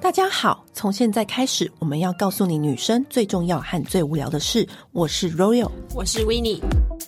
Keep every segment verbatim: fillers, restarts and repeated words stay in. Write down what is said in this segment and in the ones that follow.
大家好，从现在开始，我们要告诉你女生最重要和最无聊的事。我是 Royal， 我是 Winnie。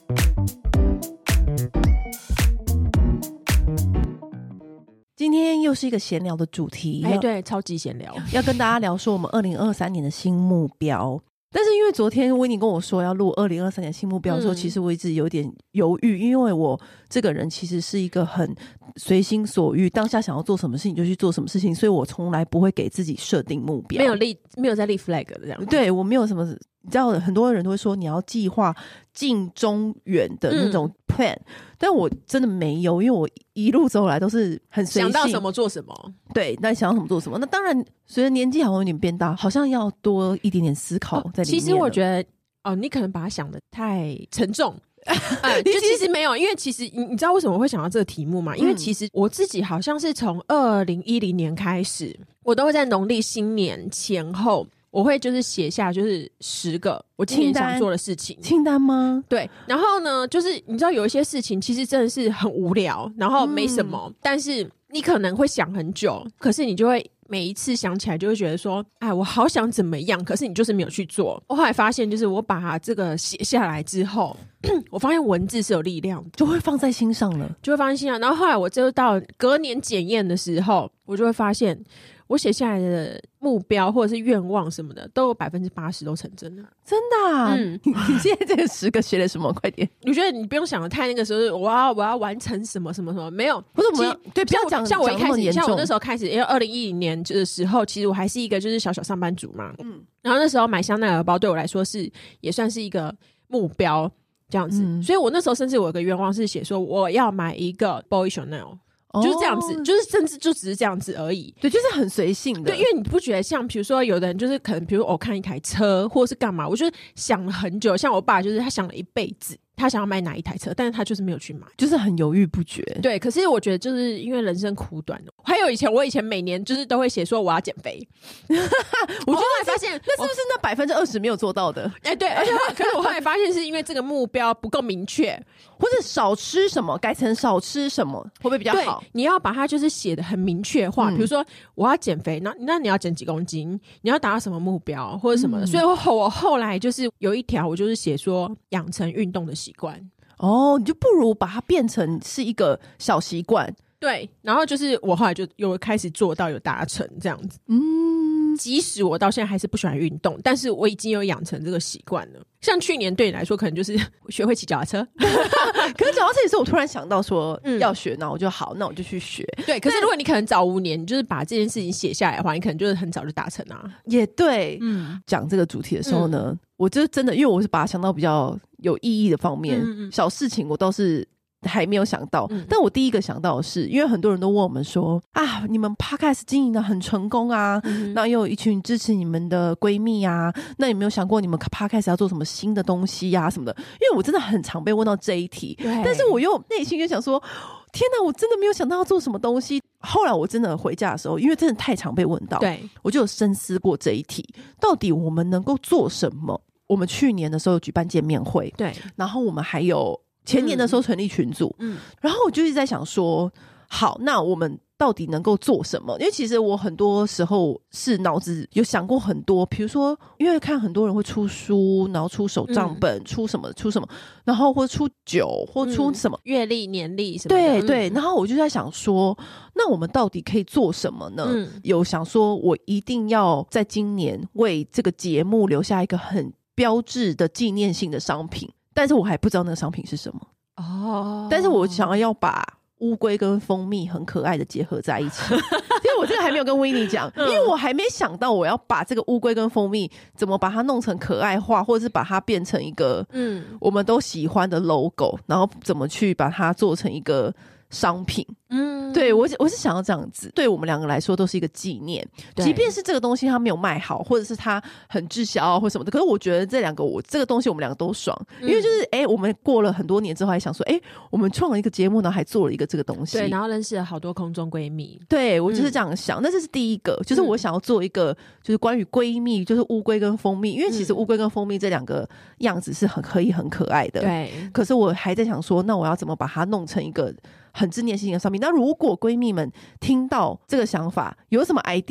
今天又是一个闲聊的主题， 哎，对，超级闲聊， 要跟大家聊说我们二零二三年的新目标。但是因为昨天Winnie跟我说要录二零二三年新目标的时候、嗯、其实我一直有点犹豫，因为我这个人其实是一个很随心所欲，当下想要做什么事情就去做什么事情，所以我从来不会给自己设定目标， 没有立没有在立 flag 的这样。 对，我没有什么，你知道很多人都会说你要计划近中远的那种 plan、嗯、但我真的没有，因为我一路走来都是很随性， 想到什么做什么。对， 那想到什么做什么。那当然随着年纪好像有点变大，好像要多一点点思考在里面、哦、 其实我觉得哦，你可能把它想得太沉重呃、就其实没有，因为其实 你, 你知道为什么会想到这个题目吗？因为其实我自己好像是从二零一零年开始，我都会在农历新年前后我会就是写下就是十个我今年想做的事情。 清单吗？ 对，然后呢就是你知道有一些事情其实真的是很无聊，然后没什么、嗯、但是你可能会想很久，可是你就会每一次想起来就会觉得说哎，我好想怎么样，可是你就是没有去做。我后来发现就是我把这个写下来之后我发现文字是有力量的， 就会放在心上了， 就会放在心上。然后后来我就到隔年检验的时候，我就会发现我写下来的目标或者是愿望什么的都有百分之八十都成真了。 真的啊？嗯，你现在这个十个写了什么？快点！ 你觉得你不用想的太那个时候，我要我要完成什么什么什么？没有， 不是我们要对，不要讲像我一开始，像我那时候开始，因为二零一零年的时候，其实我还是一个就是小小上班族嘛，嗯，然后那时候买香奈儿包对我来说是也算是一个目标这样子、嗯，所以我那时候甚至我有个愿望是写说我要买一个 Boy Chanel。就是这样子、哦、就是甚至就只是这样子而已。 对，就是很随性的。 对，因为你不觉得像比如说有的人就是可能比如我看一台车或是干嘛，我就是想了很久，像我爸就是他想了一辈子他想要买哪一台车，但是他就是没有去买， 就是很犹豫不决。 对，可是我觉得就是因为人生苦短，还有以前我以前每年就是都会写说我要减肥我就后来发现那是不是那百分之二十没有做到的？ 哎、欸，对，而且可是我后来发现是因为这个目标不够明确， 或者少吃什么改成少吃什么会不会比较好？ 你要把它就是写得很明确化、嗯、比如说我要减肥，那那你要减几公斤，你要达到什么目标或者什么的、嗯、所以我我后来就是有一条我就是写说养成运动的习惯。 哦，你就不如把它变成是一个小习惯。 对，然后就是我后来就有开始做到有达成这样子。嗯，即使我到现在还是不喜欢运动，但是我已经有养成这个习惯了。像去年对你来说可能就是学会骑脚踏车可是脚踏车也是我突然想到说要学、嗯、那我就好，那我就去学。 对，可是如果你可能早五年你就是把这件事情写下来的话，你可能就是很早就达成啊。 也对。嗯，讲这个主题的时候呢、嗯、我就真的因为我是把它想到比较有意义的方面、嗯嗯，小事情我倒是还没有想到、嗯、但我第一个想到的是，因为很多人都问我们说啊，你们 Podcast 经营的很成功啊、嗯、那又有一群支持你们的闺蜜啊，那有没有想过你们 Podcast 要做什么新的东西啊什么的？因为我真的很常被问到这一题，但是我又内心就想说天哪，我真的没有想到要做什么东西。后来我真的回家的时候，因为真的太常被问到，对，我就有深思过这一题，到底我们能够做什么。我们去年的时候举办见面会，对，然后我们还有前年的时候成立群组，嗯，然后我就一直在想说，好，那我们到底能够做什么？因为其实我很多时候是脑子有想过很多，比如说因为看很多人会出书，然后出手账本、嗯、出什么出什么，然后或出酒或出什么、 嗯、月历年历什么的， 对对、嗯、然后我就在想说那我们到底可以做什么呢、嗯、有想说我一定要在今年为这个节目留下一个很标志的纪念性的商品，但是我还不知道那个商品是什么哦。但是我想要把乌龟跟蜂蜜很可爱的结合在一起因为我这个还没有跟Winnie讲、嗯、因为我还没想到我要把这个乌龟跟蜂蜜怎么把它弄成可爱化，或者是把它变成一个嗯我们都喜欢的 logo， 然后怎么去把它做成一个商品。嗯，对，我我是想要这样子，对我们两个来说都是一个纪念，即便是这个东西它没有卖好，或者是它很滞销或什么的，可是我觉得这两个我这个东西我们两个都爽、嗯、因为就是哎、欸，我们过了很多年之后还想说哎、欸，我们创了一个节目，然后还做了一个这个东西， 对，然后认识了好多空中闺蜜。 对，我就是这样想、嗯、那这是第一个，就是我想要做一个就是关于闺蜜，就是乌龟跟蜂蜜，因为其实乌龟跟蜂蜜这两个样子是很可以很可爱的，对，可是我还在想说那我要怎么把它弄成一个很纪念性的商品。那如果闺蜜们听到这个想法有什么 idea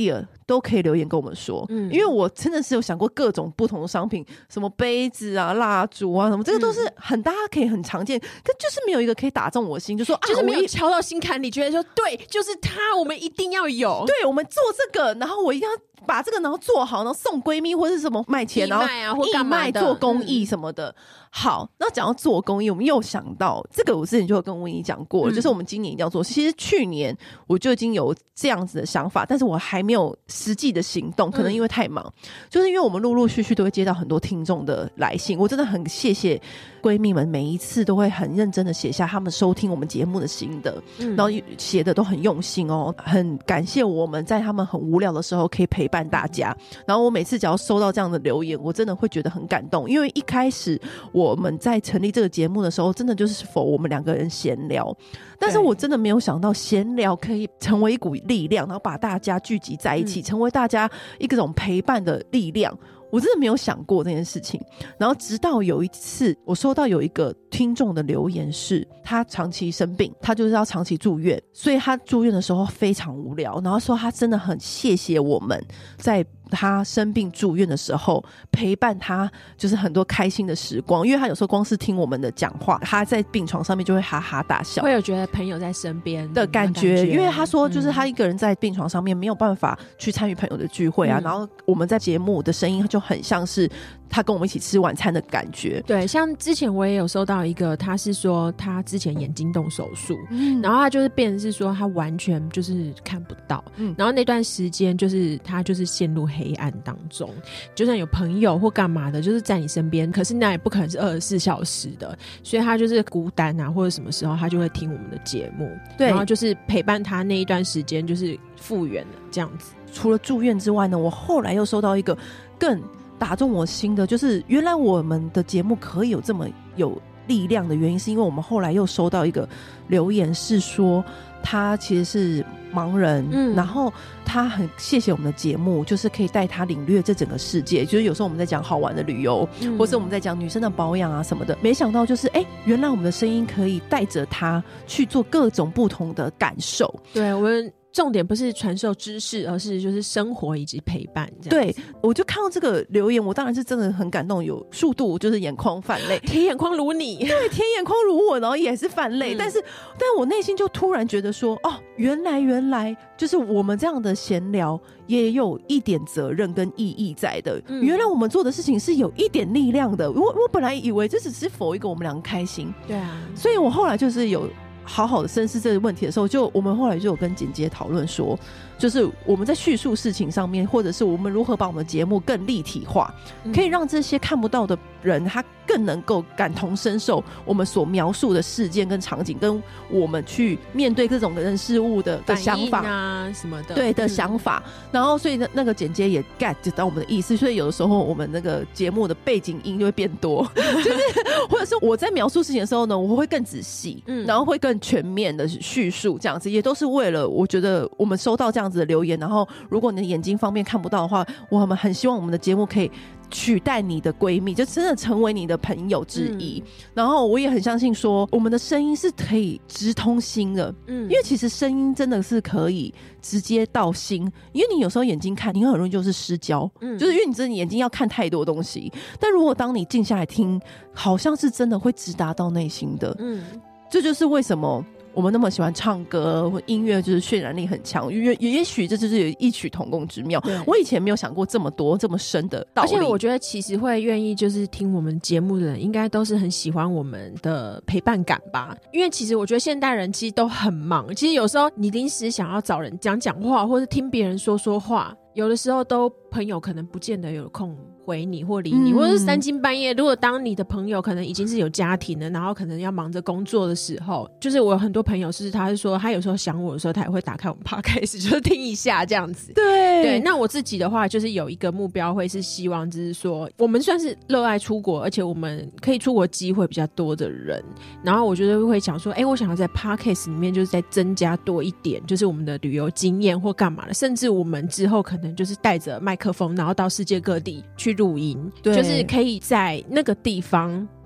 都可以留言跟我们说、嗯、因为我真的是有想过各种不同的商品，什么杯子啊蜡烛啊什么，这个都是很大家可以很常见，可就是没有一个可以打中我心，就说就是没有敲到心坎里，觉得说对就是它我们一定要有， 对我们做这个然后我一定要把这个然后做好，然后送闺蜜或是什么卖钱，然后义卖啊或干嘛的做公益什么的、嗯、好，那讲到做公益我们又想到这个，我之前就有跟温妮讲过、嗯、就是我们今年一定要做，其实去年我就已经有这样子的想法，但是我还没有实际的行动，可能因为太忙、嗯、就是因为我们陆陆续续都会接到很多听众的来信，我真的很谢谢闺蜜们每一次都会很认真的写下他们收听我们节目的心得、嗯、然后写的都很用心哦，很感谢我们在他们很无聊的时候可以陪伴大家，然后我每次只要收到这样的留言我真的会觉得很感动，因为一开始我们在成立这个节目的时候真的就是否我们两个人闲聊，但是我真的没有想到闲聊可以成为一股力量，然后把大家聚集在一起、嗯、成为大家一种陪伴的力量，我真的没有想过这件事情。然后直到有一次我收到有一个听众的留言是他长期生病，他就是要长期住院，所以他住院的时候非常无聊，然后说他真的很谢谢我们在他生病住院的时候陪伴他，就是很多开心的时光，因为他有时候光是听我们的讲话他在病床上面就会哈哈大笑， 会有觉得朋友在身边的感 觉, 感觉因为他说就是他一个人在病床上面没有办法去参与朋友的聚会啊、嗯、然后我们在节目的声音就很像是他跟我们一起吃晚餐的感觉。 对，像之前我也有收到一个，他是说他之前眼睛动手术、嗯、然后他就是变成是说他完全就是看不到、嗯、然后那段时间就是他就是陷入黑暗当中，就算有朋友或干嘛的就是在你身边，可是那也不可能是二十四小时的，所以他就是孤单啊或者什么时候他就会听我们的节目，对，然后就是陪伴他那一段时间就是复原了这样子。 除了住院之外呢，我后来又收到一个更打中我心的，就是原来我们的节目可以有这么有力量的原因是因为我们后来又收到一个留言是说他其实是盲人、嗯、然后他很谢谢我们的节目，就是可以带他领略这整个世界，就是有时候我们在讲好玩的旅游、嗯、或是我们在讲女生的保养啊什么的，没想到就是哎，原来我们的声音可以带着他去做各种不同的感受。 对，我们重点不是传授知识，而是就是生活以及陪伴这样。 对，我就看到这个留言我当然是真的很感动，有数度就是眼眶泛泪， 铁眼眶如你。 对，铁眼眶如我，然后也是泛泪、嗯、但是但我内心就突然觉得说哦，原来原来就是我们这样的闲聊也有一点责任跟意义在的、嗯、原来我们做的事情是有一点力量的。我我本来以为这只是否一个我们两个开心， 对啊， 所以我后来就是有好好的深思这个问题的时候，就我们后来就有跟简姐讨论说，就是我们在叙述事情上面，或者是我们如何把我们的节目更立体化、嗯、可以让这些看不到的人他更能够感同身受我们所描述的事件跟场景，跟我们去面对各种人事物 的, 的想法啊什么的， 对的想法、嗯、然后所以那个简姐也 get 到我们的意思，所以有的时候我们那个节目的背景音就会变多就是或者是我在描述事情的时候呢，我会更仔细、嗯、然后会更全面的叙述，这样子也都是为了我觉得我们收到这样子的留言，然后如果你的眼睛方面看不到的话，我们很希望我们的节目可以取代你的闺蜜，就真的成为你的朋友之一、嗯、然后我也很相信说我们的声音是可以直通心的，嗯，因为其实声音真的是可以直接到心，因为你有时候眼睛看你很容易就是失焦、嗯、就是因为你真的眼睛要看太多东西，但如果当你静下来听，好像是真的会直达到内心的，嗯，这就是为什么我们那么喜欢唱歌或音乐，就是渲染力很强，也也许这就是有异曲同工之妙。我以前没有想过这么多这么深的道理， 而且我觉得其实会愿意就是听我们节目的人应该都是很喜欢我们的陪伴感吧，因为其实我觉得现代人其实都很忙，其实有时候你临时想要找人讲讲话或是听别人说说话，有的时候都朋友可能不见得有空回你或理你、嗯、或者是三更半夜，如果当你的朋友可能已经是有家庭了，然后可能要忙着工作的时候，就是我有很多朋友是他是说他有时候想我的时候他也会打开我们 podcast 就是听一下这样子。 对对，那我自己的话就是有一个目标会是希望就是说我们算是热爱出国，而且我们可以出国机会比较多的人，然后我觉得会想说哎、欸，我想要在 podcast 里面就是再增加多一点就是我们的旅游经验或干嘛的，甚至我们之后可能就是带着麦克风然后到世界各地去录音，就是可以在那个地方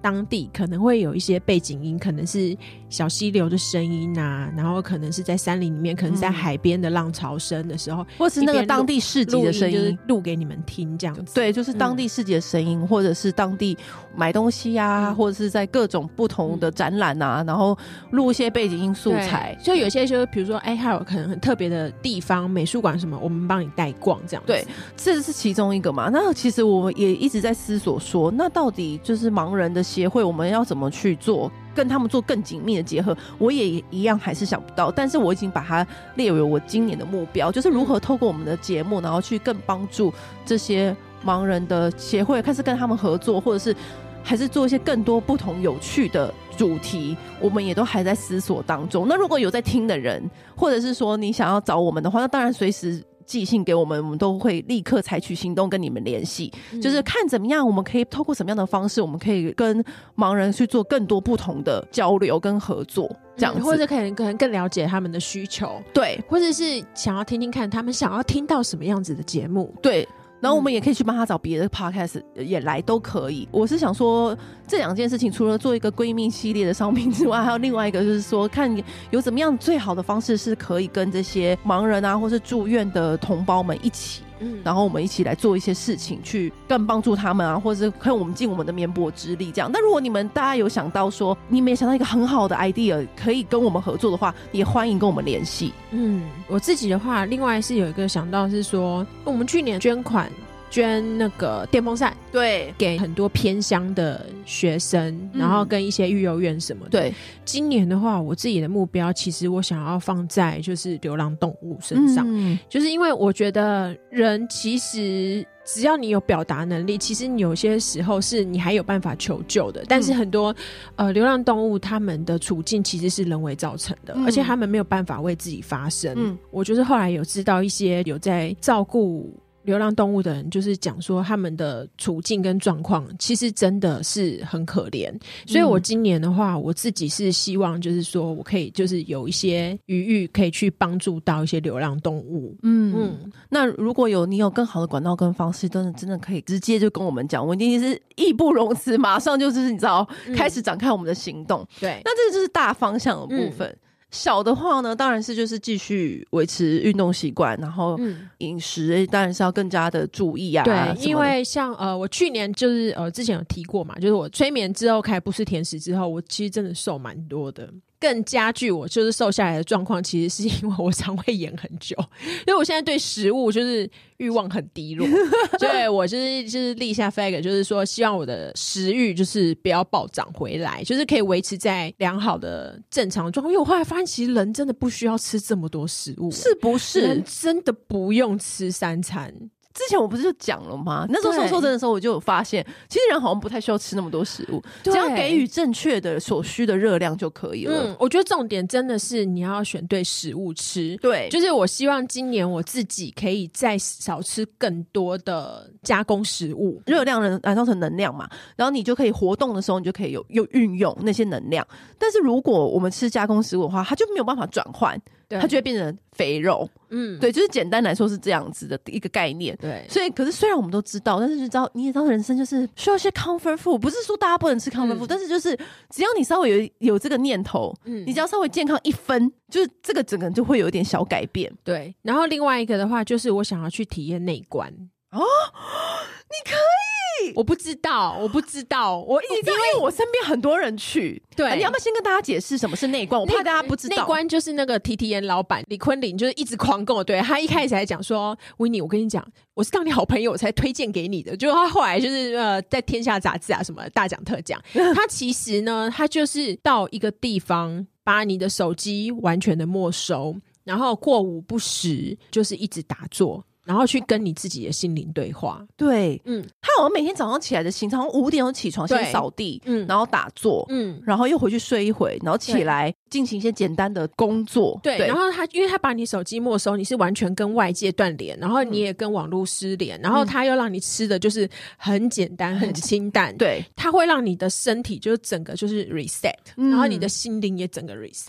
当地可能会有一些背景音，可能是小溪流的声音啊，然后可能是在山林里面，可能是在海边的浪潮声的时候、嗯、 或是那个当地市集的声音， 就是录给你们听这样子。 对，就是当地市集的声音、嗯、或者是当地买东西啊、嗯、或者是在各种不同的展览啊、嗯、然后录一些背景音素材。 所以有些就是比如说哎，还有可能很特别的地方，美术馆什么，我们帮你带逛这样子。 对，这是其中一个嘛。那其实我们也一直在思索说，那到底就是盲人的协会我们要怎么去做，跟他们做更紧密的结合，我也一样还是想不到。但是我已经把它列为我今年的目标，就是如何透过我们的节目，然后去更帮助这些盲人的协会，看是跟他们合作，或者是还是做一些更多不同有趣的主题，我们也都还在思索当中。那如果有在听的人，或者是说你想要找我们的话，那当然随时寄信给我们，我们都会立刻采取行动跟你们联系、嗯、就是看怎么样我们可以透过什么样的方式，我们可以跟盲人去做更多不同的交流跟合作这样子、嗯、 或者可能可能更了解他们的需求， 对， 或者是想要听听看他们想要听到什么样子的节目， 对，然后我们也可以去帮他找别的 podcast 也来都可以。我是想说这两件事情除了做一个闺蜜系列的商品之外，还有另外一个就是说看有怎么样最好的方式是可以跟这些盲人啊或是住院的同胞们一起、嗯、然后我们一起来做一些事情去更帮助他们啊，或者是看我们尽我们的绵薄之力这样。但如果你们大家有想到说你们也想到一个很好的 idea 可以跟我们合作的话，也欢迎跟我们联系。 嗯，我自己的话另外是有一个想到是说我们去年捐款捐那个电风扇， 对， 给很多偏乡的学生、嗯、然后跟一些育幼院什么的。 对， 今年的话我自己的目标其实我想要放在就是流浪动物身上、嗯、就是因为我觉得人其实只要你有表达能力，其实你有些时候是你还有办法求救的，但是很多、嗯、呃流浪动物他们的处境其实是人为造成的、嗯、而且他们没有办法为自己发声、嗯、我就是后来有知道一些有在照顾流浪动物的人就是讲说他们的处境跟状况其实真的是很可怜，所以我今年的话我自己是希望就是说我可以就是有一些余裕可以去帮助到一些流浪动物。 嗯嗯，那如果有你有更好的管道跟方式，真的真的可以直接就跟我们讲，我们一定是义不容辞，马上就是你知道、嗯、开始展开我们的行动。对，那这就是大方向的部分、嗯，小的话呢当然是就是继续维持运动习惯，然后饮食当然是要更加的注意啊。 对，因为像呃我去年就是呃之前有提过嘛，就是我催眠之后开始不吃甜食之后，我其实真的瘦蛮多的，更加剧我就是瘦下来的状况其实是因为我肠胃炎很久，因为我现在对食物就是欲望很低落对，我就是就是立下 flag 就是说希望我的食欲就是不要暴涨回来，就是可以维持在良好的正常状况。因为我后来发现其实人真的不需要吃这么多食物， 是不是人真的不用吃三餐。 之前我不是就讲了吗？那时候瘦瘦针的时候我就有发现其实人好像不太需要吃那么多食物，只要给予正确的所需的热量就可以了。 嗯，我觉得重点真的是你要选对食物吃。 对， 就是我希望今年我自己可以再少吃更多的加工食物， 热量燃烧成能量嘛，然后你就可以活动的时候你就可以有有运用那些能量。但是如果我们吃加工食物的话，它就没有办法转换，它就会变成肥肉。嗯，对，就是简单来说是这样子的一个概念。对，所以可是虽然我们都知道，但是就知道你也知道人生就是需要一些 comfort food， 不是说大家不能吃 comfort food、嗯、但是就是只要你稍微有有这个念头、嗯、你只要稍微健康一分，就是这个整个就会有一点小改变。 对，然后另外一个的话就是我想要去体验内观。 哦，你可以？ 我不知道，我不知道，我因为我身边很多人去。对、啊，你要不要先跟大家解释什么是内观？我怕大家不知道。 内观就是那个 T T N 老板李坤林，就是一直狂跟我对他一开始还讲说，Winnie，我跟你讲，我是当你好朋友我才推荐给你的。就他后来就是呃，在天下杂志啊什么大奖特奖，他其实呢，他就是到一个地方把你的手机完全的没收，然后过午不食，就是一直打坐。然后去跟你自己的心灵对话。 对，嗯，他好像每天早上起来的行程，五点钟起床先扫地，嗯，然后打坐，嗯，然后又回去睡一会，然后起来进行一些简单的工作。 对，对，然后他因为他把你手机没收，你是完全跟外界断联，然后你也跟网络失联、嗯、然后他又让你吃的就是很简单、嗯、很清淡。对，他会让你的身体就是整个就是 reset、嗯、然后你的心灵也整个 reset。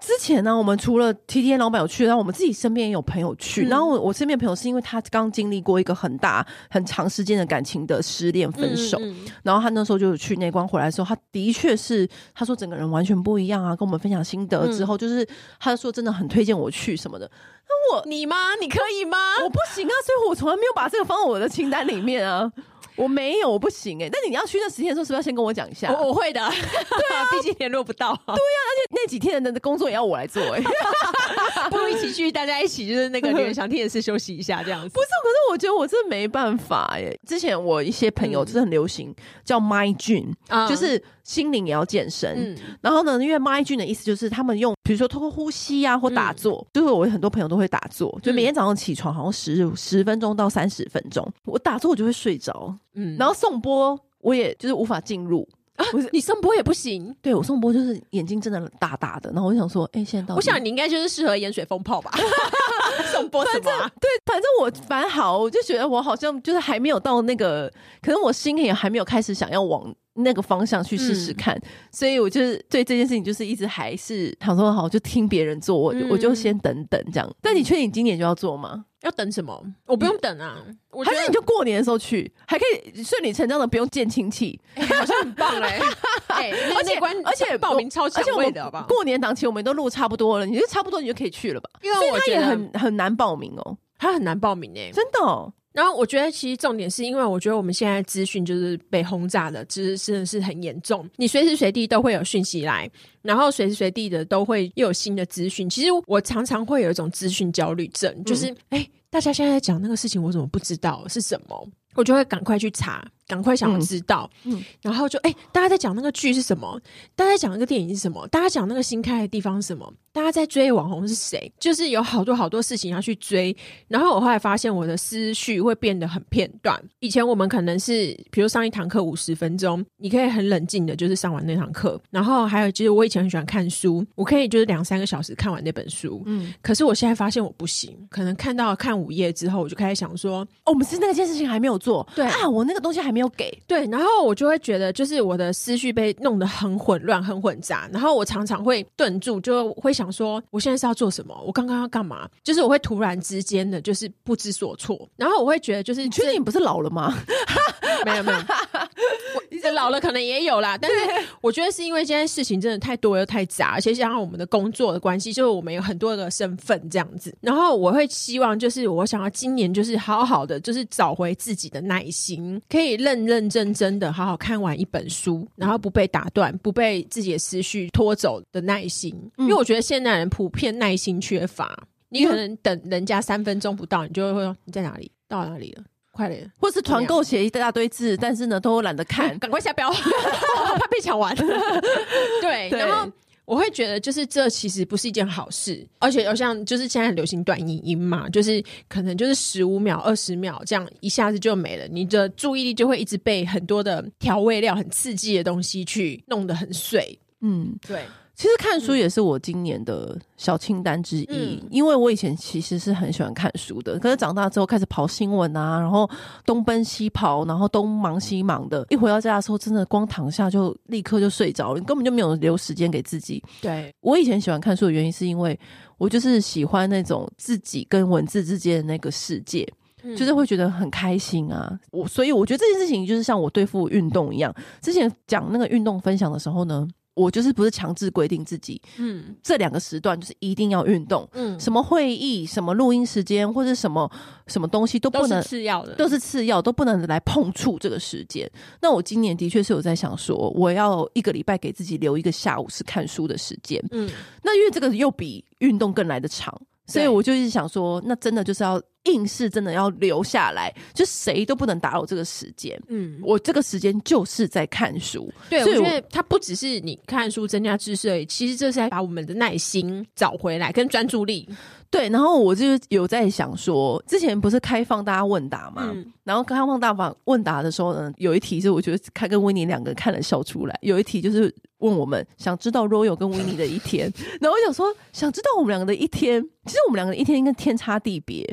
之前呢，我们除了 T T N 老板有去，然后我们自己身边也有朋友去。嗯、然后我我身边朋友是因为他刚经历过一个很大、很长时间的感情的失恋分手，嗯嗯然后他那时候就有去内观回来的时候，他的确是他说整个人完全不一样啊，跟我们分享心得之后，嗯、就是他说真的很推荐我去什么的。那我你吗？你可以吗？ 我不行啊，所以我从来没有把这个放在我的清单里面啊。我没有，我不行哎、欸。但你要去那十天的时候，是不是要先跟我讲一下？ 我我会的，对啊，毕竟联络不到、啊。 对啊，而且那几天的工作也要我来做哎、 欸，不如一起去，大家一起就是那个刘翔天也是休息一下这样子。 不是，可是我觉得我真的没办法哎、欸。之前我一些朋友就是很流行、嗯、叫 My Gym，、嗯、就是心灵也要健身。嗯、然后呢，因为 My Gym 的意思就是他们用，比如说透过呼吸啊或打坐，嗯、就是我很多朋友都会打坐，就每天早上起床好像十十分钟到三十分钟，我打坐我就会睡着。嗯，然后颂钵我也就是无法进入啊，你颂钵也不行。 对，我颂钵就是眼睛真的大大的，然后我就想说，哎、欸，现在到底我想你应该就是适合盐水风炮吧？颂钵什么、啊？ 对，反正我反好，我就觉得我好像就是还没有到那个，可能我心也还没有开始想要往那个方向去试试看、嗯，所以我就是对这件事情就是一直还是想说好，就听别人做，我、嗯、我就先等等这样。但你确定你今年就要做吗？ 要等什么？我不用等啊，我还是你就过年的时候去，还可以顺理成章的不用见亲戚、 欸，好像很棒嘞、欸！欸、 而且而且报名超前位的，好不好？ 过年档期我们都录差不多了，你就差不多你就可以去了吧？ 因为我觉得他也很很难报名哦， 他很难报名哎、欸， 真的哦。 然后我觉得其实重点是因为我觉得我们现在资讯就是被轰炸的，就是真的是很严重，你随时随地都会有讯息来，然后随时随地的都会又有新的资讯。其实我常常会有一种资讯焦虑症，就是哎、嗯，大家现在在讲那个事情，我怎么不知道是什么？我就会赶快去查，赶快想要知道，嗯，嗯然后就哎、欸，大家在讲那个剧是什么？大家在讲那个电影是什么？大家讲那个新开的地方是什么？大家在追网红是谁？就是有好多好多事情要去追。然后我后来发现我的思绪会变得很片段。以前我们可能是，比如上一堂课五十分钟，你可以很冷静的，就是上完那堂课。然后还有，就是我以前很喜欢看书，我可以就是两三个小时看完那本书。嗯，可是我现在发现我不行，可能看到看五页之后，我就开始想说，哦，我们是那件事情还没有做，对啊，我那个东西还没有给，对，然后我就会觉得，就是我的思绪被弄得很混乱、很混杂，然后我常常会顿住，就会想说，我现在是要做什么？我刚刚要干嘛？就是我会突然之间的，就是不知所措，然后我会觉得，就是你确定你不是老了吗？ 没有没有，我老了可能也有啦，但是我觉得是因为现在事情真的太多又太杂，而且加上我们的工作的关系，就是我们有很多个身份这样子，然后我会希望就是我想要今年就是好好的就是找回自己的耐心，可以认认真真的好好看完一本书，然后不被打断，不被自己的思绪拖走的耐心、嗯、因为我觉得现代人普遍耐心缺乏，你可能等人家三分钟不到，你就会说你在哪里，到哪里了，快点， 或是团购写一大堆字，但是呢都懒得看， 赶快下标怕被抢完对，对，然后我会觉得就是这其实不是一件好事，而且又像就是现在很流行短影音嘛，就是可能就是十五秒二十秒这样一下子就没了，你的注意力就会一直被很多的调味料很刺激的东西去弄得很碎。嗯，对， 其实看书也是我今年的小清单之一、嗯、因为我以前其实是很喜欢看书的，可是长大之后开始跑新闻啊，然后东奔西跑，然后东忙西忙的，一回到家的时候真的光躺下就立刻就睡着了，你根本就没有留时间给自己。 对， 我以前喜欢看书的原因是因为我就是喜欢那种自己跟文字之间的那个世界，就是会觉得很开心啊，我所以我觉得这件事情就是像我对付运动一样，之前讲那个运动分享的时候呢，我就是不是强制规定自己，嗯，这两个时段就是一定要运动，嗯，什么会议、什么录音时间或者什么什么东西都不能， 都是次要的， 都是次要，都不能来碰触这个时间。那我今年的确是有在想说，我要一个礼拜给自己留一个下午是看书的时间，嗯，那因为这个又比运动更来得长，所以我就一直想说，那真的就是要硬是真的要留下来，就谁都不能打扰这个时间。嗯，我这个时间就是在看书。 对，我觉得它不只是你看书增加知识而已，其实这是在把我们的耐心找回来跟专注力。 对，然后我就有在想说，之前不是开放大家问答嘛、嗯、然后开放大家问答的时候呢，有一题是我觉得看跟维尼两个看了笑出来，有一题就是问我们想知道 Royal 跟维尼的一天然后我想说想知道我们两个的一天，其实我们两个的一天应该天差地别，因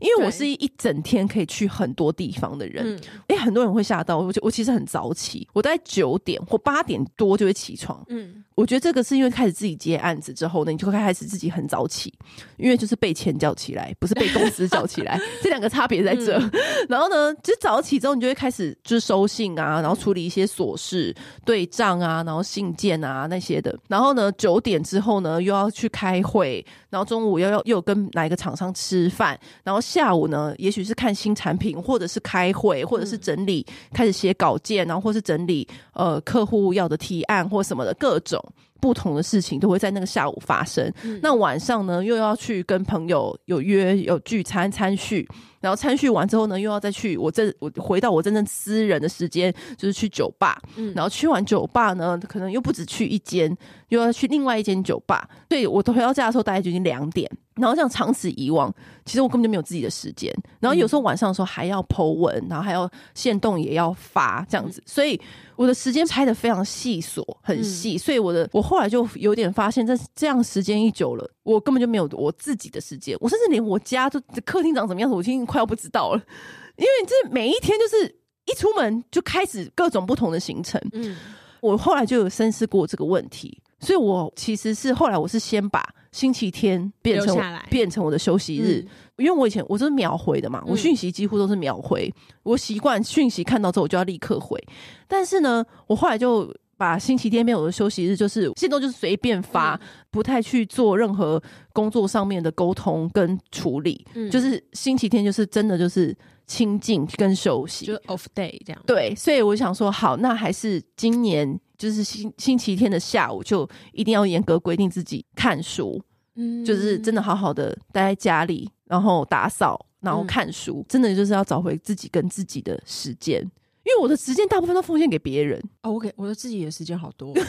因为我是一整天可以去很多地方的人。哎、嗯，很多人会吓到我，我其实很早起，我大概九点或八点多就会起床。嗯，我觉得这个是因为开始自己接案子之后呢，你就会开始自己很早起，因为就是被钱叫起来，不是被公司叫起来，这两个差别在这。嗯、然后呢，就早起之后，你就会开始就是收信啊，然后处理一些琐事、对账啊，然后信件啊那些的。然后呢，九点之后呢，又要去开会，然后中午又要又有跟哪一个厂商吃饭，然后下午呢，也许是看新产品，或者是开会，或者是整理，嗯、开始写稿件，然后或是整理呃客户要的提案或什么的，各种不同的事情都会在那个下午发生。嗯、那晚上呢，又要去跟朋友有约有聚餐参叙，然后参叙完之后呢，又要再去我真我回到我真正私人的时间，就是去酒吧。嗯、然后去完酒吧呢，可能又不止去一间，又要去另外一间酒吧。所以我回到家的时候大概就已经两点。然后这样长此以往，其实我根本就没有自己的时间。然后有时候晚上的时候还要 po 文，然后还要限动也要发这样子，所以我的时间拍得非常细琐，很细。嗯、所以我的我后来就有点发现，这这样时间一久了，我根本就没有我自己的时间。我甚至连我家就客厅长什么样子，我已经快要不知道了，因为这每一天就是一出门就开始各种不同的行程。嗯，我后来就有深思过这个问题，所以我其实是后来我是先把星期天变成变成我的休息日。嗯、因为我以前我就是秒回的嘛，我讯息几乎都是秒回，嗯、我习惯讯息看到之后我就要立刻回。但是呢，我后来就把星期天变我的休息日，就是现在就是随便发，嗯、不太去做任何工作上面的沟通跟处理。嗯、就是星期天就是真的就是清静跟休息， 就 off day 这样。 对，所以我想说，好，那还是今年就是星星期天的下午就一定要严格规定自己看书。嗯，就是真的好好的待在家里，然后打扫，然后看书。嗯、真的就是要找回自己跟自己的时间，因为我的时间大部分都奉献给别人。 哦，我给我的自己的时间好多。我的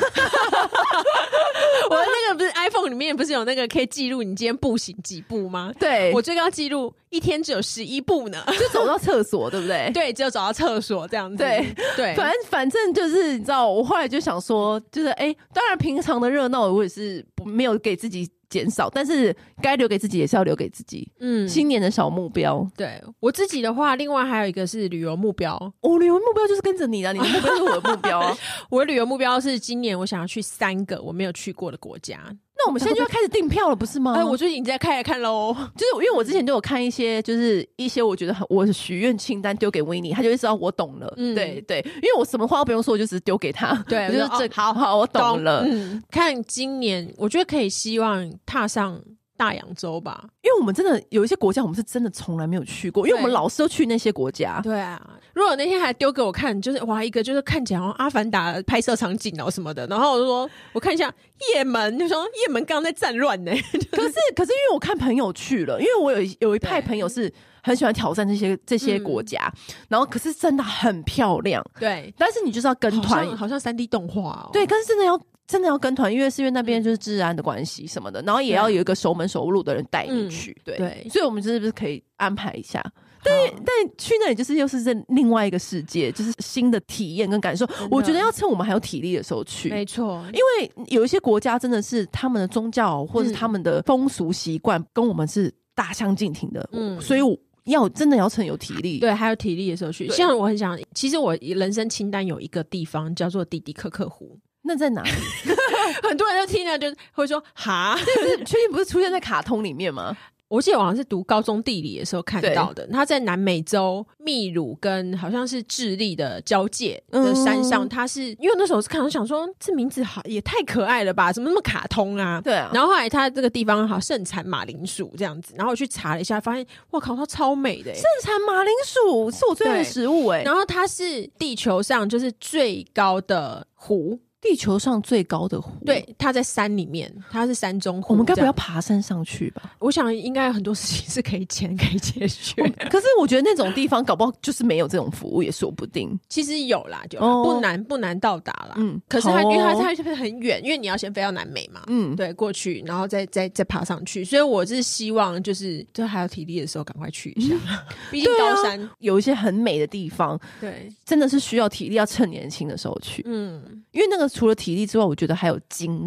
那个不是 iPhone 里面不是有那个可以记录你今天步行几步吗？ 对， 我最高记录一天只有十一步呢， 就走到厕所，对不对？ 对，只有走到厕所这样子。 对对，反正反正就是你知道，我后来就想说，就是哎、欸，当然平常的热闹我也是没有给自己减少，但是该留给自己也是要留给自己。嗯，新年的小目标。 对我自己的话，另外还有一个是旅游目标。 我、哦、旅游目标就是跟着你的，你的目标是我的目标啊。 我的旅游目标是今年我想要去三个我没有去过的国家。 那我们现在就要开始订票了，不是吗？ 哎、呃，我最近已经在开来看喽。 就是因为我之前都有看一些，就是一些我觉得很我许愿清单丢给维尼，他就会知道我懂了。嗯，对对，因为我什么话都不用说，我就只是丢给他。 对， 我就是这、 哦、好好，我懂了。 懂嗯，看今年，我觉得可以希望踏上大洋洲吧， 因为我们真的有一些国家我们是真的从来没有去过，因为我们老是都去那些国家。 对啊，如果那天还丢给我看，就是哇，一个就是看起来好像阿凡达拍摄场景哦什么的，然后我就说我看一下也门，就说也门刚刚在战乱呢。 可是可是因为我看朋友去了，因为我有有一派朋友是很喜欢挑战这些这些国家、嗯，然后可是真的很漂亮。 对， 但是你就是要跟团， 好像三 D 动画哦。 对，可是真的要。真的要跟团，因为是因为那边就是治安的关系什么的，然后也要有一个熟门熟路的人带你去。嗯、对, 对，所以我们是不是可以安排一下？但但去那里就是又是在另外一个世界，就是新的体验跟感受。我觉得要趁我们还有体力的时候去， 没错。 因为有一些国家真的是他们的宗教或者是他们的风俗习惯跟我们是大相径庭的，嗯，所以我。要真的要趁有体力， 对，还有体力的时候去。像我很想，其实我人生清单有一个地方叫做迪迪克克湖， 那在哪里？ 很多人就听了就会说哈， 确定不是出现在卡通里面吗？ 我记得我好像是读高中地理的时候看到的，它在南美洲秘鲁跟好像是智利的交界的山上，嗯、它是因为那时候是看到想说这名字好也太可爱了吧，怎么那么卡通啊？ 对啊。 然后后来它这个地方好盛产马铃薯这样子，然后我去查了一下，发现哇靠，它超美的、欸， 盛产马铃薯是我最爱的食物哎、欸。 然后它是地球上就是最高的湖。 地球上最高的湖， 对，它在山里面，它是山中湖。 我们该不要爬山上去吧？ 我想应该有很多事情是可以签可以解决。 可是我觉得那种地方搞不好就是没有这种服务，也说不定。 其实有啦，就、哦、不难不难到达啦。嗯，可是它、哦、因为它它会很远，因为你要先飞到南美嘛。嗯，对，过去然后再再再爬上去。所以我是希望就是就还有体力的时候赶快去一下，毕、嗯、竟高山、啊、 有一些很美的地方， 对， 真的是需要体力，要趁年轻的时候去。嗯，因为那个。除了体力之外，我觉得还有精力。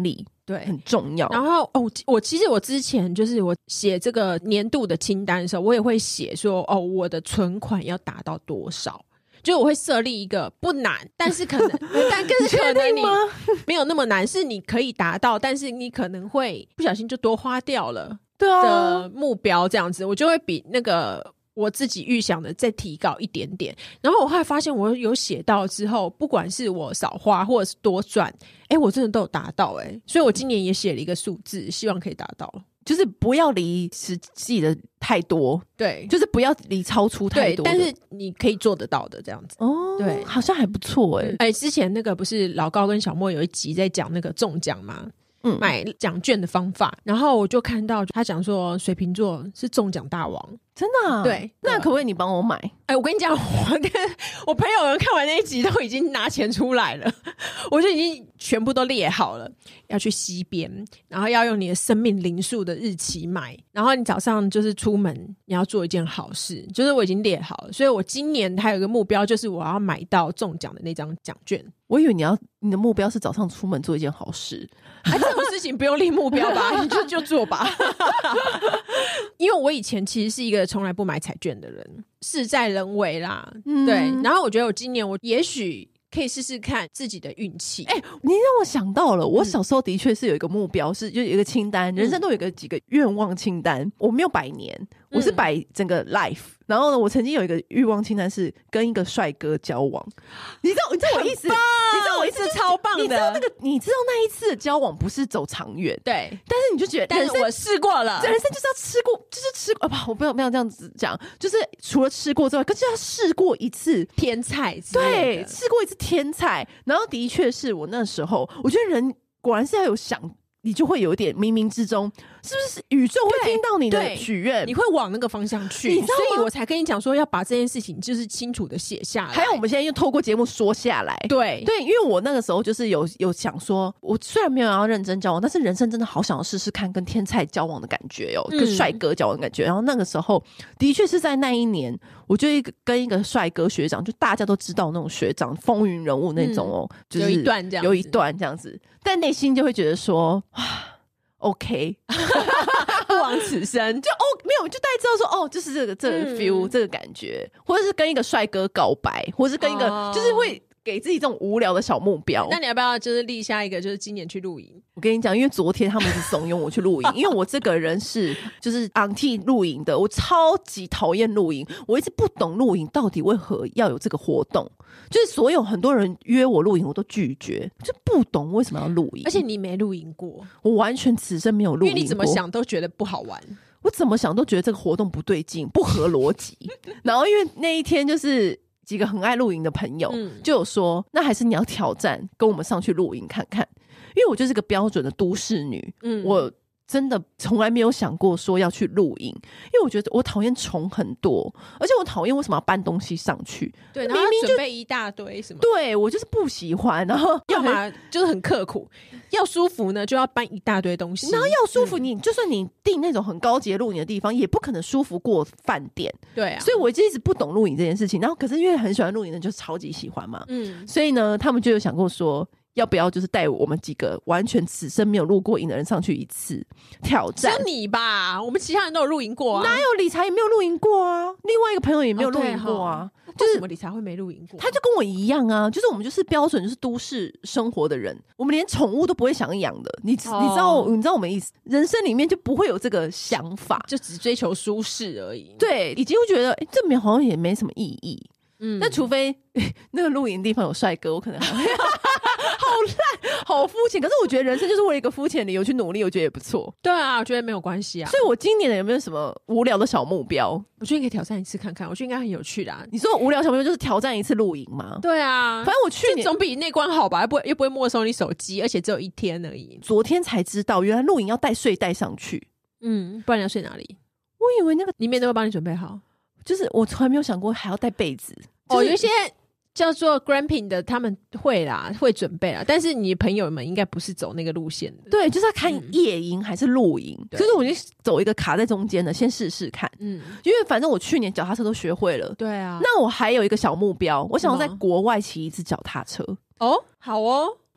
对， 很重要。 然后哦，我其实我之前就是我写这个年度的清单的时候，我也会写说哦，我的存款要达到多少。就我会设立一个不难，但是可能但更是可能你没有那么难，是你可以达到，但是你可能会不小心就多花掉了的目标，这样子我就会比那个我自己预想的再提高一点点。然后我后来发现我有写到之后，不管是我少花或者是多赚，哎，我真的都有达到。哎，所以我今年也写了一个数字，希望可以达到， 就是不要离实际的太多， 对， 就是不要离超出太多的， 但是你可以做得到的这样子。 哦，对，好像还不错。哎、欸， 哎、欸，之前那个不是老高跟小莫有一集在讲那个中奖吗？嗯，买奖券的方法，然后我就看到他讲说水瓶座是中奖大王。 真的啊？ 对， 那可不可以你帮我买？ 哎、欸，我跟你讲，我跟我朋友们看完那一集都已经拿钱出来了，我就已经全部都列好了，要去西边，然后要用你的生命灵数的日期买，然后你早上就是出门你要做一件好事，就是我已经列好了，所以我今年还有一个目标，就是我要买到中奖的那张奖券。 我以为你要你的目标是早上出门做一件好事， 啊，这种事情不用立目标吧，你就就做吧。因为我以前其实是一个从来不买彩券的人，事在人为啦，嗯、对。然后我觉得我今年我也许可以试试看自己的运气。 哎、欸，你让我想到了，我小时候的确是有一个目标，是就有一个清单，人生都有一个几个愿望清单。我没有百年，我是摆整个 life。然后呢，我曾经有一个欲望清单是跟一个帅哥交往，你知道，你知道我意思？你知道我意思？ 超棒的！ 你知道那个，你知道那一次的交往不是走长远， 对， 但是你就觉得， 但是我试过了， 人生就是要吃过，就是吃过啊！不，我不要不要这样子讲，就是除了吃过之外，可是要试过一次天菜， 对，吃过一次天菜。然后的确是我那时候，我觉得人果然是要有想。你就会有一点冥冥之中，是不是宇宙会听到你的许愿， 你会往那个方向去，你知道吗？所以我才跟你讲说要把这件事情就是清楚的写下来。 还有我们现在又透过节目说下来， 对对，因为我那个时候就是有有想说，我虽然没有要认真交往，但是人生真的好想要试试看跟天才交往的感觉哦，跟帅哥交往的感觉。然后那个时候的确是在那一年，我就一个跟一个帅哥学长，就大家都知道那种学长风云人物那种哦，嗯、就是有一段这样， 有一段这样子，但内心就会觉得说。OK， 不枉此生， 就哦没有，就大家知道说哦，就是这个这个 feel，、嗯、这个感觉，或者是跟一个帅哥告白，或者是跟一个、哦、就是会给自己这种无聊的小目标。 那你要不要就是立下一个，就是今年去露营？ 我跟你讲，因为昨天他们是怂恿我去露营，因为我这个人是就是 anti 露营的，我超级讨厌露营，我一直不懂露营到底为何要有这个活动。就是所有很多人约我露营，我都拒绝，就不懂为什么要露营。 而且你没露营过， 我完全此生没有露营过， 因为你怎么想都觉得不好玩。 我怎么想都觉得这个活动不对劲，不合逻辑。然后因为那一天就是几个很爱露营的朋友、嗯、就有说，那还是你要挑战跟我们上去露营看看。因为我就是个标准的都市女，嗯，我真的从来没有想过说要去露营，因为我觉得我讨厌虫很多，而且我讨厌为什么要搬东西上去， 对，然后明明准备一大堆什么， 对，我就是不喜欢，然后要么就是很刻苦，要舒服呢就要搬一大堆东西， 然后要舒服、嗯、你就算你订那种很高级的露营的地方，也不可能舒服过饭店， 对啊， 所以我就一直不懂露营这件事情，然后可是因为很喜欢露营的就超级喜欢嘛，嗯，所以呢他们就有想过说要不要就是带我们几个完全此生没有露过营的人上去一次挑战？ 只有你吧，我们其他人都有露营过啊。 哪有理财也没有露营过啊？另外一个朋友也没有露营过啊。 哦、就是为什么理财会没露营过？ 他就跟我一样啊，就是我们就是标准就是都市生活的人，我们连宠物都不会想养的。你、哦、你知道你知道我们意思？人生里面就不会有这个想法， 就只追求舒适而已。 对，已经会觉得哎、欸，这好像也没什么意义。嗯，那除非、欸、那个露营地方有帅哥，我可能还会好烂，好肤浅。可是我觉得人生就是为了一个肤浅理由去努力，我觉得也不错。 对啊，我觉得没有关系啊。 所以我今年有没有什么无聊的小目标？ 我觉得你可以挑战一次看看，我觉得应该很有趣的、啊。 你说无聊小目标就是挑战一次露营吗？ 对啊， 反正我去年总比内关好吧，又不会又不会没收你手机，而且只有一天而已。 昨天才知道，原来露营要带睡袋上去。 嗯，不然你要睡哪里？ 我以为那个里面都会帮你准备好。 就是我从来没有想过还要带被子。 哦，有一些叫做 glamping 的他们会啦，会准备啦，但是你朋友们应该不是走那个路线的。 对，就是要看夜营还是露营。嗯、可是我就走一个卡在中间的，先试试看。嗯，因为反正我去年脚踏车都学会了。 对啊。 那我还有一个小目标，我想要在国外骑一次脚踏车。 哦，好哦。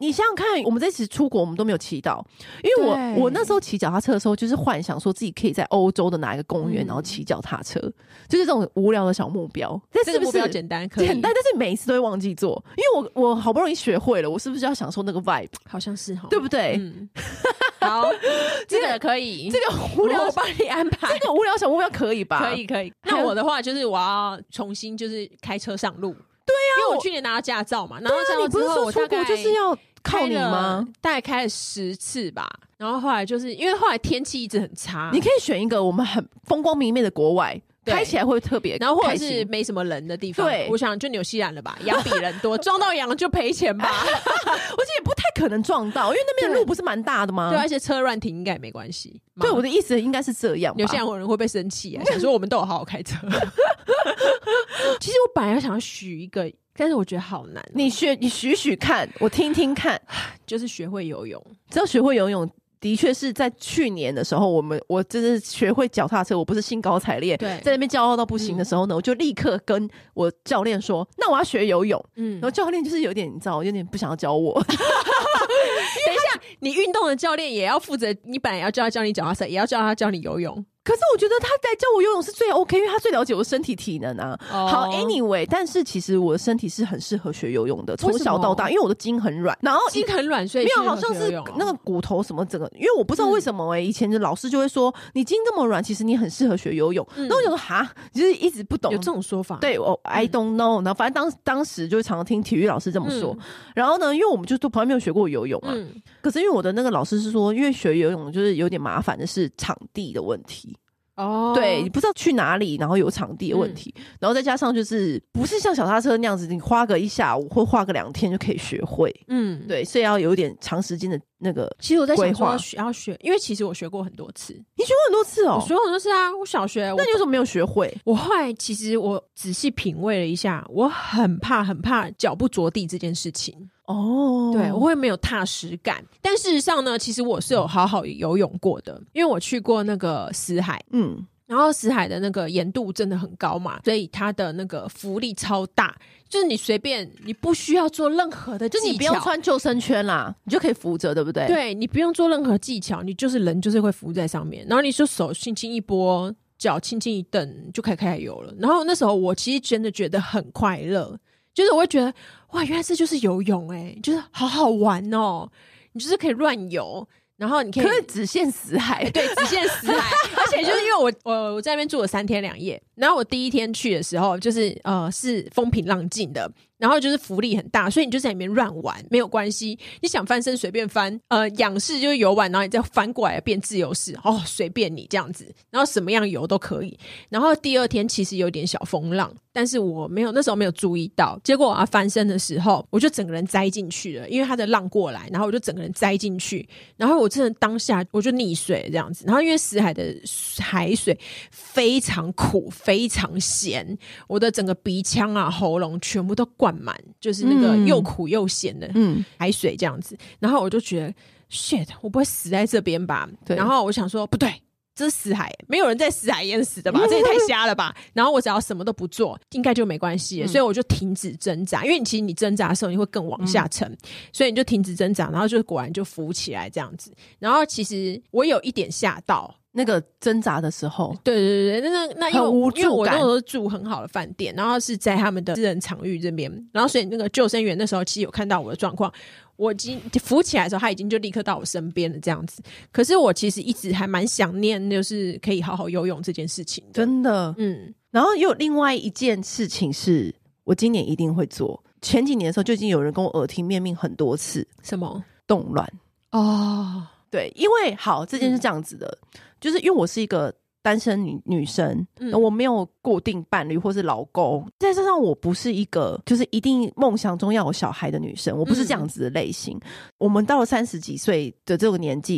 你想想看，我们这次出国我们都没有骑到，因为我我那时候骑脚踏车的时候，就是幻想说自己可以在欧洲的哪一个公园、嗯、然后骑脚踏车，就是这种无聊的小目标。但是不是这个目标简单可以简单，但是每一次都会忘记做，因为我我好不容易学会了，我是不是要享受那个 vibe？ 好像是齁， 对不对？ 嗯好，这个可以， 这个无聊我帮你安排， 这个无聊小目标可以吧？ 可以可以。那我的话就是我要重新就是开车上路。对啊，因为我去年拿到驾照嘛，拿到驾照之后，我大概就是要靠你吗？ 大概开了十次吧，然后后来就是因为后来天气一直很差， 你可以选一个我们很风光明媚的国外。开起来会特别， 然后或者是没什么人的地方，对，我想就纽西兰了吧，羊比人多，撞到羊就赔钱吧， 而且也不太可能撞到，因为那边的路不是蛮大的吗？ 对，而且车乱停应该也没关系。 对，我的意思应该是这样吧。 纽西兰人会不会生气啊？想说我们都有好好开车。其实我本来想要许一个，但是我觉得好难、喔。 你学，你许许看，我听听看， 就是学会游泳， 只要学会游泳。的确是在去年的时候，我们我就是学会脚踏车，我不是兴高采烈，在那边骄傲到不行的时候呢，嗯、我就立刻跟我教练说：“那我要学游泳。”嗯，然后教练就是有点，你知道，有点不想要教我。等一下，你运动的教练也要负责，你本来要教他教你脚踏车，也要教他教你游泳。 可是我觉得他在教我游泳是最 OK， 因为他最了解我的身体体能啊。Oh. 好 ，anyway， 但是其实我的身体是很适合学游泳的，从小到大，因为我的筋很软，然后筋很软，所以没有好像是那个骨头什么整个，因为我不知道为什么哎、欸，嗯、以前的老师就会说你筋这么软，其实你很适合学游泳。那、嗯、我就说哈，就是一直不懂有这种说法。 对，我 I don't know， 然后反正当当时就常常听体育老师这么说。嗯、然后呢，因为我们就都从来没有学过游泳嘛，嗯、可是因为我的那个老师是说，因为学游泳就是有点麻烦的是场地的问题。哦、oh ，对，你不知道去哪里，然后有场地的问题，嗯、然后再加上就是不是像小踏车那样子，你花个一下午或花个两天就可以学会，嗯，对，所以要有一点长时间的那个规划。 其实我在想说要学，要学，因为其实我学过很多次， 你学过很多次哦， 我学过很多次啊，我小学， 那你为什么没有学会？ 我后来其实我仔细品味了一下，我很怕很怕脚不着地这件事情。哦，对，我会没有踏实感，但事实上呢，其实我是有好好游泳过的，因为我去过那个死海，嗯，然后死海的那个盐度真的很高嘛，所以它的那个浮力超大，就是你随便你不需要做任何的技巧， 就你不用穿救生圈啦，你就可以浮着，对不对？ 对，你不用做任何技巧，你就是人就是会浮在上面，然后你就手轻轻一拨，脚轻轻一蹬，就可以开始游了。然后那时候我其实真的觉得很快乐。就是我会觉得哇，原来这就是游泳哎、欸，就是好好玩哦！你就是可以乱游，然后你可以可以直线死海， 对，直线死海。而且就是因为我我我在那边住了三天两夜，然后我第一天去的时候，就是呃是风平浪静的，然后就是浮力很大，所以你就在里面乱玩没有关系，你想翻身随便翻，呃仰式就是游玩，然后你再翻过来变自由式，哦随便你这样子，然后什么样游都可以。然后第二天其实有点小风浪，但是我没有那时候没有注意到，结果我要翻身的时候，我就整个人栽进去了，因为它的浪过来，然后我就整个人栽进去，然后我真的当下我就溺水这样子。然后因为死海的海水非常苦非常咸，我的整个鼻腔啊喉咙全部都灌满，就是那个又苦又咸的海水这样子。然后我就觉得 shit 我不会死在这边吧，然后我想说不对，这是死海，没有人在死海淹死的吧，这也太瞎了吧。然后我只要什么都不做应该就没关系了、嗯、所以我就停止挣扎，因为你其实你挣扎的时候你会更往下沉、嗯、所以你就停止挣扎，然后就果然就浮起来这样子。然后其实我有一点吓到那个挣扎的时候， 对对对，那那因为因为我那时候住很好的饭店，然后是在他们的私人场域这边，然后所以那个救生员那时候其实有看到我的状况，我已经浮起来的时候他已经就立刻到我身边了这样子。可是我其实一直还蛮想念就是可以好好游泳这件事情的， 真的。嗯，然后又有另外一件事情是我今年一定会做，前几年的时候就已经有人跟我耳提面命很多次， 什么冻卵哦。对，因为好这件事是这样子的、嗯、就是因为我是一个单身女女生、嗯、我没有固定伴侣或是老公，再加上我不是一个就是一定梦想中要有小孩的女生，我不是这样子的类型、嗯、我们到了三十几岁的这个年纪，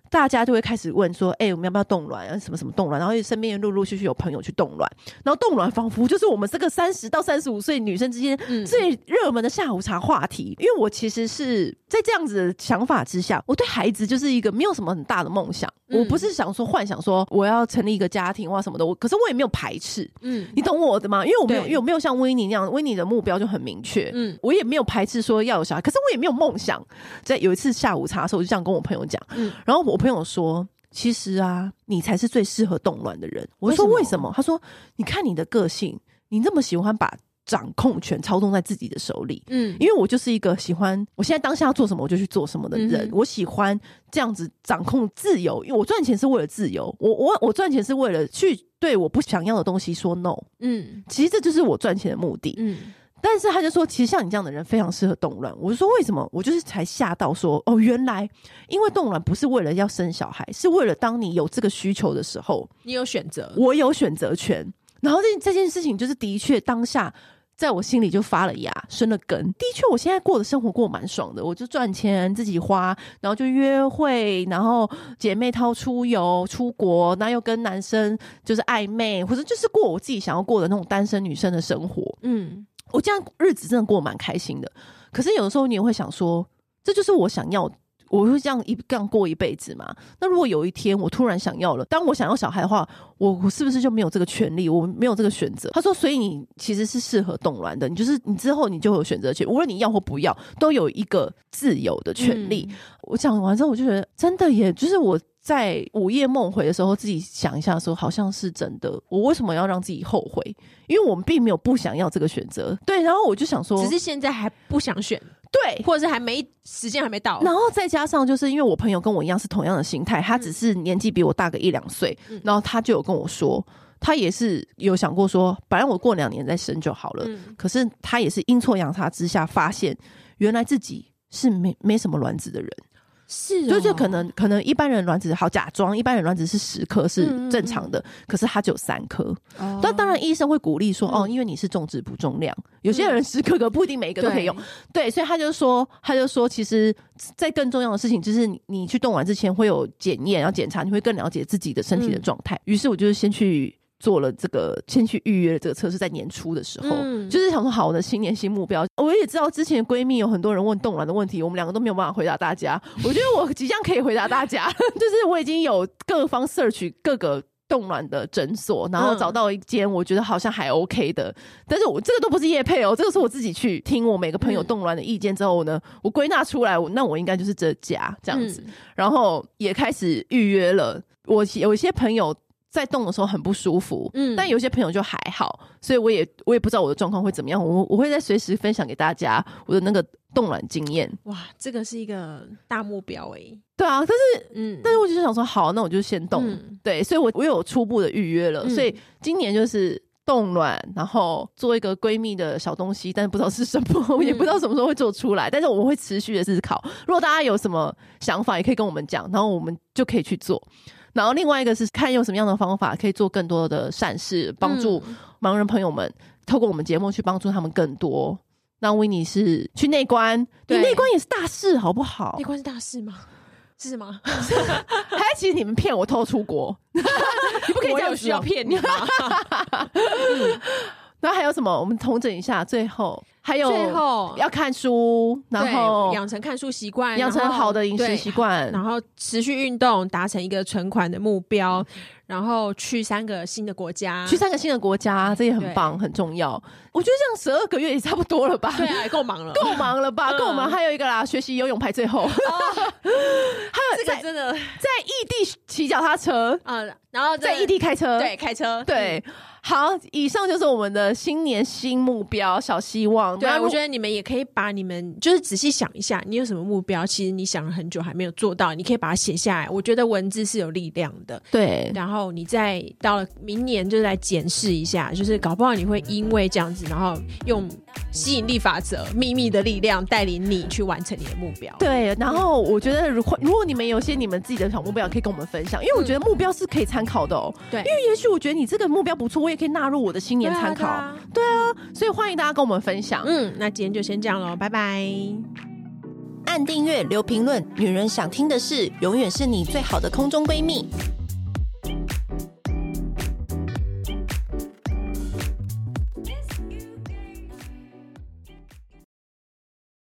大家就会开始问说，哎、欸，我们要不要冻卵啊？什么什么冻卵？然后身边陆陆续续有朋友去冻卵，然后冻卵仿佛就是我们这个三十到三十五岁女生之间最热门的下午茶话题。因为我其实是在这样子的想法之下，我对孩子就是一个没有什么很大的梦想，嗯、我不是想说幻想说我要成立一个家庭或什么的，我可是我也没有排斥，嗯，你懂我的吗？因为我没有，因为我没有像威尼那样，威尼的目标就很明确，嗯，我也没有排斥说要有小孩，可是我也没有梦想。在有一次下午茶的时候，我就这样跟我朋友讲，嗯，然后我朋友说，其实啊，你才是最适合冻卵的人。我说为什么？他说，你看你的个性，你那么喜欢把掌控权操纵在自己的手里，嗯，因为我就是一个喜欢我现在当下要做什么我就去做什么的人，嗯、我喜欢这样子掌控自由，因为我赚钱是为了自由，我我我赚钱是为了去对我不想要的东西说 no， 嗯，其实这就是我赚钱的目的，嗯。但是他就说，其实像你这样的人非常适合冻卵。我就说为什么？我就是才吓到说，哦，原来因为冻卵不是为了要生小孩，是为了当你有这个需求的时候， 你有选择， 我有选择权。然后这这件事情就是的确当下在我心里就发了芽，生了根。的确，我现在过的生活过蛮爽的，我就赚钱自己花，然后就约会，然后姐妹淘出游出国，然后又跟男生就是暧昧，或者就是过我自己想要过的那种单身女生的生活。嗯。我这样日子真的过蛮开心的，可是有的时候你也会想说，这就是我想要，我会这样一这样过一辈子嘛？那如果有一天我突然想要了，当我想要小孩的话，我我是不是就没有这个权利？我没有这个选择？他说，所以你其实是适合冻卵的，你就是你之后你就有选择权，无论你要或不要，都有一个自由的权利。嗯、我讲完之后，我就觉得真的耶，就是我。在午夜梦回的时候，自己想一下说，好像是真的。我为什么要让自己后悔？因为我们并没有不想要这个选择。对，然后我就想说， 只是现在还不想选， 对， 或者是还没时间还没到。 然后再加上就是因为我朋友跟我一样是同样的心态，他只是年纪比我大个一两岁，嗯、然后他就有跟我说，他也是有想过说，本来我过两年再生就好了。嗯、可是他也是阴错阳差之下发现，原来自己是没没什么卵子的人。 是、哦， 就是可能可能一般人卵子好假装，一般人卵子是十颗是正常的，嗯嗯嗯可是他只有三颗。哦，但当然医生会鼓励说，嗯、哦，因为你是重质不重量，有些人十颗可不一定每一个都可以用。对，对，所以他就说，他就说，其实，在更重要的事情就是你，你去冻卵之前会有检验，要检查，你会更了解自己的身体的状态。于、嗯、是我就是先去。做了这个，先去预约了这个测试，在年初的时候，嗯、就是想说好，我的新年新目标。我也知道之前闺蜜有很多人问冻卵的问题，我们两个都没有办法回答大家。我觉得我即将可以回答大家，就是我已经有各方 search 各个冻卵的诊所，然后找到一间我觉得好像还 OK 的。嗯、但是我这个都不是业配哦，这个是我自己去听我每个朋友冻卵的意见之后呢，嗯、我归纳出来，那我应该就是这家这样子，嗯、然后也开始预约了。我有一些朋友。在冻的时候很不舒服，嗯，但有些朋友就还好，所以我也我也不知道我的状况会怎么样，我我会再随时分享给大家我的那个冻卵经验。 哇，这个是一个大目标哎、欸。 对啊，但是嗯，但是我就想说，好，那我就先冻，嗯、对，所以我我有初步的预约了，嗯、所以今年就是冻卵，然后做一个闺蜜的小东西，但是不知道是什么，我也不知道什么时候会做出来，嗯、但是我们会持续的思考。如果大家有什么想法，也可以跟我们讲，然后我们就可以去做。然后另外一个是看用什么样的方法可以做更多的善事，帮助盲人朋友们，嗯、透过我们节目去帮助他们更多。那维尼是去内观，你内观也是大事好不好？ 内观是大事吗？是吗？ 还其实你们骗我偷出国，你不可以这样子， 我有需要骗你吗？ 嗯然后还有什么？我们统整一下，最后还有最后要看书，然后养成看书习惯， 养成好的饮食习惯， 然后持续运动，达成一个存款的目标，然后去三个新的国家， 去三个新的国家，这也很棒，很重要。我觉得这样十二个月也差不多了吧？ 对啊，够忙了， 够忙了吧？够忙。还有一个啦，学习游泳排最后，哦、还有这个真的在异地骑脚踏车啊、嗯，然后在异地开车， 对，开车， 对。嗯好，以上就是我们的新年新目标，小希望。 对啊，我觉得你们也可以把你们就是仔细想一下，你有什么目标，其实你想了很久还没有做到，你可以把它写下来。我觉得文字是有力量的。 对， 然后你再到了明年，就是来检视一下，就是搞不好你会因为这样子，然后用吸引力法则、秘密的力量带领你去完成你的目标。 对，然后我觉得如果如果你们有些你们自己的小目标，可以跟我们分享，因为我觉得目标是可以参考的哦。对，因为也许我觉得你这个目标不错，我也可以纳入我的新年参考。对 啊, 对, 啊对啊，所以欢迎大家跟我们分享。 嗯，那今天就先这样咯，拜拜。 按按订阅，留评论，女人想听的事，永远是你最好的空中闺蜜。